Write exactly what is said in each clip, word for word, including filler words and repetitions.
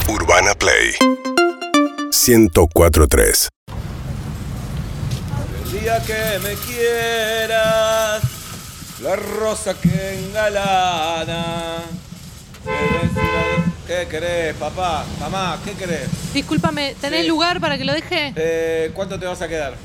Urbana Play ciento cuatro punto tres. El día que me quieras, la rosa que engalana. ¿Qué querés, papá? Mamá, ¿qué querés? Discúlpame, ¿tenés Sí. lugar para que lo deje? Eh, ¿Cuánto te vas a quedar?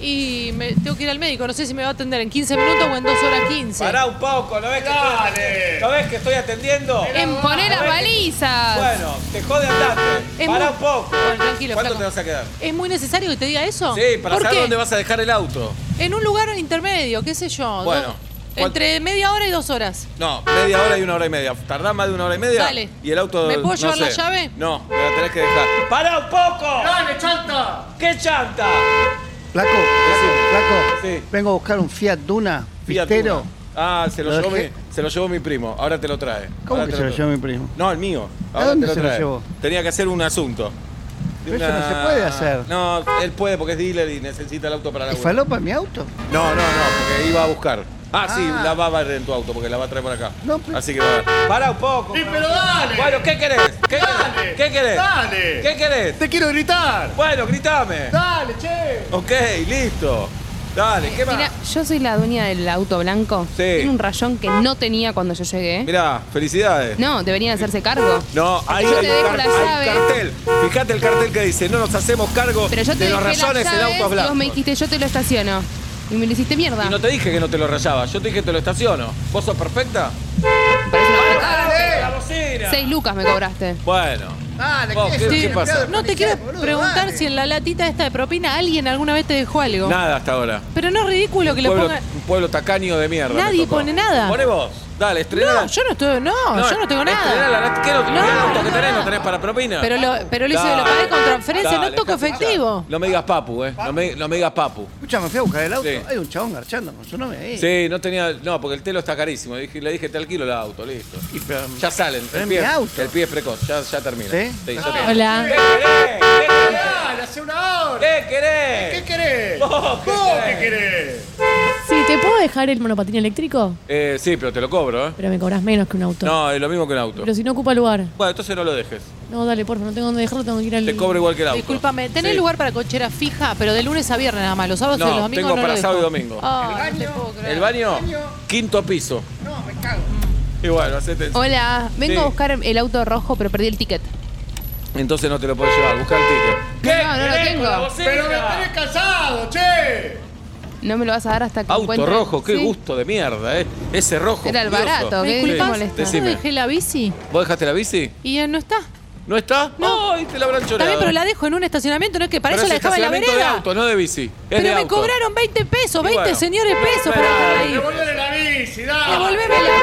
Y me, tengo que ir al médico, no sé si me va a atender en quince minutos o en dos horas quince. Pará un poco, ¿no ves que, estoy, ¿no ves que estoy atendiendo? En poner las ¿No ves que- balizas. Bueno, te jode andate. Es Pará muy- un poco. Bueno, tranquilo, ¿Cuánto flaco. te vas a quedar? ¿Es muy necesario que te diga eso? Sí, para ¿Por saber qué? dónde vas a dejar el auto. En un lugar intermedio, qué sé yo. Bueno, do- ¿cuánto? entre media hora y dos horas. No, media hora y una hora y media. ¿Tardás más de una hora y media? Dale. Y el auto. ¿Me puedo no llevar la sé. llave? No, me la tenés que dejar. ¡Pará un poco! ¡Dale, chanta! ¿Qué chanta? Flaco, Decime. flaco, Sí. vengo a buscar un Fiat Duna, Fiat pistero. Duna. Ah, se lo, ¿Lo llevó mi, dejé? se lo llevó mi primo. Ahora te lo trae. ¿Cómo Ahora que te se lo trae. llevó mi primo? No, el mío. ¿A Ahora dónde te lo se lo trae. llevó? Tenía que hacer un asunto. De Pero eso no se puede hacer. No, él puede porque es dealer y necesita el auto para la ¿Y falopa en mi auto? No, no, no, porque iba a buscar. Ah, sí, Ah. la va a ver en tu auto porque la va a traer por acá. No, pero- Así que va a ver. Pará un poco. ¡Sí, pero dale! Bueno, ¿qué querés? ¿Qué ¡Dale! querés? ¿Qué querés? ¡Dale! ¿Qué querés? ¡Te quiero gritar! Bueno, gritame. ¡Dale, che! Ok, listo. Dale, ¿qué más? Mira, yo soy la dueña del auto blanco. Sí. Tiene un rayón que no tenía cuando yo llegué. Mirá, felicidades. No, deberían hacerse cargo. No, ahí Yo hay, te dejo car- la hay llave. cartel. Fíjate el cartel que dice, no nos hacemos cargo Pero yo te de los dejé la rayones en llave autos y vos blancos. me dijiste yo te lo estaciono. Y me lo hiciste mierda. Y no te dije que no te lo rayaba, yo te dije que te lo estaciono. ¿Vos sos perfecta? Me parece una puta. ¡Dale, la bocina! Seis lucas me cobraste. Bueno. Dale, Vos, ¿qué, ¿qué- es qué eso? pasa? Empleado de No te policía, quiero boludo, preguntar dale. si en la latita esta de propina alguien alguna vez te dejó algo. Nada hasta ahora. Pero no es ridículo que un, lo pueblo, ponga. un pueblo tacaño de mierda. me Nadie tocó. pone nada. Poné vos. Dale, estrenala. No, yo no estoy. No, yo no tengo nada. Estrenala. ¿Qué no, No, mirá el auto no que tengo tenés? nada. ¿No tenés para propina? Pero lo, pero lo hice, lo Dale. pagué con transferencia, Dale, no toco dejate efectivo. hinchar. No me digas papu, eh. No me, no me digas papu. Escuchame, fui a buscar el auto. Sí. Hay un chabón garchando con su novia ahí. Sí, no tenía. No, porque el telo está carísimo. Dije- le dije, te alquilo el auto, listo. Y, pero- Ya salen. Pero El es pie, mi auto. el pie es precoz, ya, ya termina. ¿Sí? ya termina. Hola. ¿Qué querés? ¿Qué querés? ¡Dale, hace una hora! ¿Qué querés? ¿Qué querés? ¿Vos qué ¿Vos querés? qué querés? Sí, ¿te puedo dejar el monopatín eléctrico? Eh, sí, pero te lo cobro, ¿eh? Pero me cobras menos que un auto. No, es lo mismo que un auto. Pero si no ocupa lugar. Bueno, entonces no lo dejes. No, dale, porfa, no tengo dónde dejarlo, tengo que ir al... Te cobro igual que el auto. Discúlpame, ¿tenés Sí. lugar para cochera fija, pero de lunes a viernes nada más? Los sábados No, y los domingos tengo no para lo sábado y dejo. domingo. Ah, no te puedo creer. ¿El baño? Quinto piso. No, me cago. Y bueno, hacete. Hola, vengo Sí. a buscar el auto rojo, pero perdí el ticket. Entonces no te lo puedes llevar, busca el ticket. No, no lo querés tengo. con la bocina? ¡Pero me tenés cansado, che! No me lo vas a dar hasta que Auto encuentre... rojo, qué Sí. gusto de mierda, ¿eh? Ese rojo. Era el furioso. barato, ¿Me ¿qué te disculpas? molesta? ¿Yo Decime. dejé la bici? ¿Vos dejaste la bici? Y él no está. ¿No está? No. Ay, te la habrán chorado. Está bien, pero la dejo en un estacionamiento, no es que para Pero eso la es dejaba en la estacionamiento vereda. de auto, no de bici. Es Pero de me auto. cobraron veinte pesos, Y veinte bueno. señores pesos para Pero- dejarla ahí. ¡Devolvele la bici, dale! Devolveme la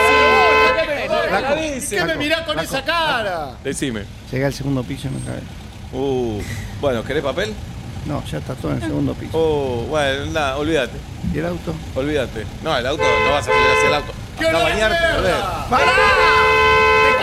bici. ¡Devolvele la bici! ¿Qué me Flaco, mirás con flaco, esa cara? Decime. Llegué al segundo piso y me cagué. Uh, bueno, ¿querés papel? No, ya está todo en el segundo piso. Oh, bueno, nada, olvídate. ¿Y el auto? Olvídate. No, el auto, no vas a salir hacia el auto. ¡Qué Anda a olor de bañarte, mierda! volver. ¡Pará! ¡Te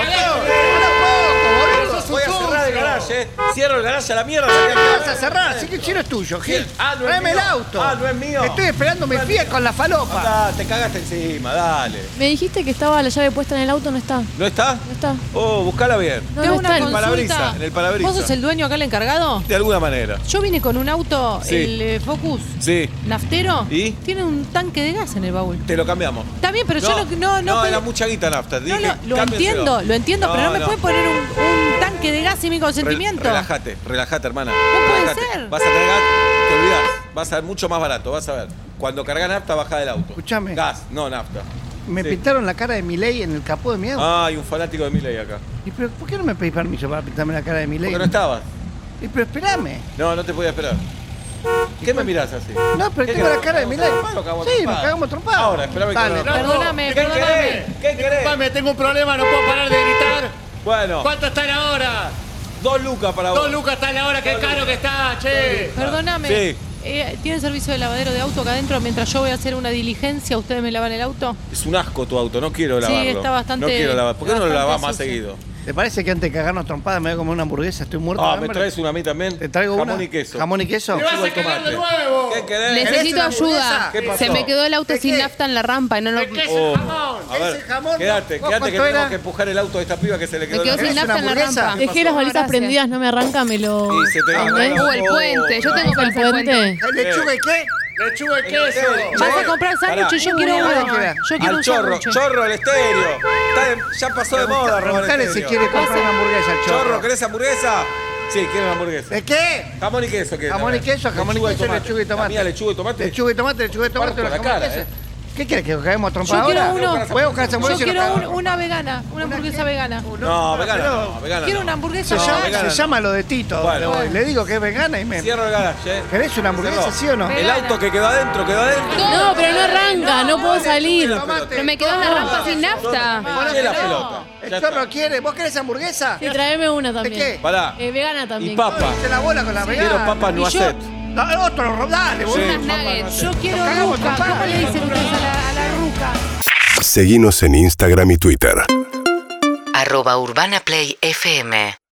cagaste! Voy a cerrar el garage, eh. Cierro el garage a la mierda. ¿Qué vas a cerrar? Sí que el chino es tuyo, Gil. Ah, no es Tráeme el mío. auto. Ah, no es mío. Estoy esperando mi Fiat con la falopa. Anda, te cagaste encima, dale. Me dijiste que estaba la llave puesta en el auto, no está. ¿No está? No está. Oh, buscala bien. No, Tengo no una está. el consulta. parabrisas, en el parabrisas. ¿Vos sos el dueño acá, el encargado? De alguna manera. Yo vine con un auto, Sí. el eh, Focus Sí. naftero. ¿Y? Tiene un tanque de gas en el baúl. Te lo cambiamos. Está bien, pero yo no... No, no, no puedo- era mucha guita nafta. no, Dije, no, lo cámbienselo. entiendo, lo entiendo, pero no me puede poner un, un tanque de gas sin mi Re- consentimiento. Relájate, relájate, hermana. No puede Relájate. ser. Vas a cargar, te olvidás. Vas a ver mucho más barato, vas a ver. Cuando cargas nafta, baja del auto. Escuchame. Gas, no nafta. Me Sí. pintaron la cara de Milei en el capó de mi auto. Ah, hay un fanático de Milei acá. ¿Y pero por qué no me pedís permiso para pintarme la cara de Milei? Porque no estabas. Y pero espérame. No, no te podía esperar. ¿Qué me mirás así? No, pero ¿Qué tengo la querés? cara de Milei. ¿Nos cagamos a Sí, nos trompadas? cagamos trompadas. Ahora, espérame que Dale. no- Flaco, Perdóname, ¿Qué perdóname. querés? ¿Qué querés? Disculpame, tengo un problema, no puedo parar de gritar. Bueno, ¿Cuánto está la hora? dos lucas para vos. Dos lucas está la hora, qué Dos caro lucas. que está, che. Perdóname. Sí. Eh, ¿Tienen servicio de lavadero de auto acá adentro? Mientras yo voy a hacer una diligencia, ¿ustedes me lavan el auto? Es un asco tu auto, no quiero Sí, lavarlo. está bastante- No quiero lavar. ¿Por qué no lo bastante lavás más sucio. seguido? ¿Te parece que antes de cagarnos trompadas me voy a comer una hamburguesa? Estoy muerto Ah, de ¿me hambre. traes una a mí también? ¿Te traigo Jamón una? y queso. ¿Jamón y queso? ¡Me vas Subo el a cagar de tomate. nuevo! ¿Qué querés? Necesito una ayuda. hamburguesa? ¿Qué pasó? Se me quedó el auto ¿Qué sin qué? nafta en la rampa y no lo... ¿De qué es Oh. el jamón? A ver, ese jamón, quédate, ¿vos quédate que cuánto tenemos era? que empujar el auto de esta piba que se le quedó Me quedó en la sin ¿Querés nafta en la una hamburguesa? rampa. Dejé las balizas Gracias. prendidas, no me arranca, me lo. Y se te ¿Entendés? Uh, el puente. Yo tengo que El hacer el puente. puente. ¿Hay lechuga y qué? Lechuga y queso. Vas a comprar sándwiches, yo quiero Pará. uno. Pará. Yo quiero Al un chorro, sándwich. chorro, el estéreo. Está de- ya pasó de moda robar el Preguntale si estéreo. quiere comprar una hamburguesa al chorro. Chorro, ¿querés hamburguesa? Sí, quiero una hamburguesa. ¿De qué? Jamón y queso. ¿qué? Jamón y queso, jamón y Lechuga queso, lechuga y tomate. La mía, lechuga y tomate. Lechuga y tomate, lechuga y tomate, Parto la la jamón y cara, queso. eh. ¿Qué quieres que caemos a trompar Yo quiero ahora? uno. Voy a buscar esa Yo hamburguesa y quiero nos un- cagamos. una vegana, una hamburguesa vegana. No, vegana pero- no, vegana Quiero no. una hamburguesa Se, No, llama, vegana se no. llama lo de Tito. Bueno, le, bueno. le digo que es vegana y me. Cierro el garage, eh. ¿Querés una hamburguesa, Cerró. sí o no? El Vegana. auto que quedó adentro, quedó adentro. No, pero no arranca, no puedo salir. Tomate. Pero me quedó en la rampa sin nafta. Che, la pelota. El Ya chorro está. quiere. ¿Vos querés hamburguesa? Sí, tráeme una también. qué? Pará. Eh, vegana Y también. papa. Se la bola con la Quiero vegana. papas Y yo- noisette. No, otro, dale, boludo. Unas nuggets. Yo quiero Nos cagamos ruca. trompadas. ¿Cómo le dicen ustedes a la, a la ruca? Seguinos en Instagram y Twitter. Arroba Urbana Play F M.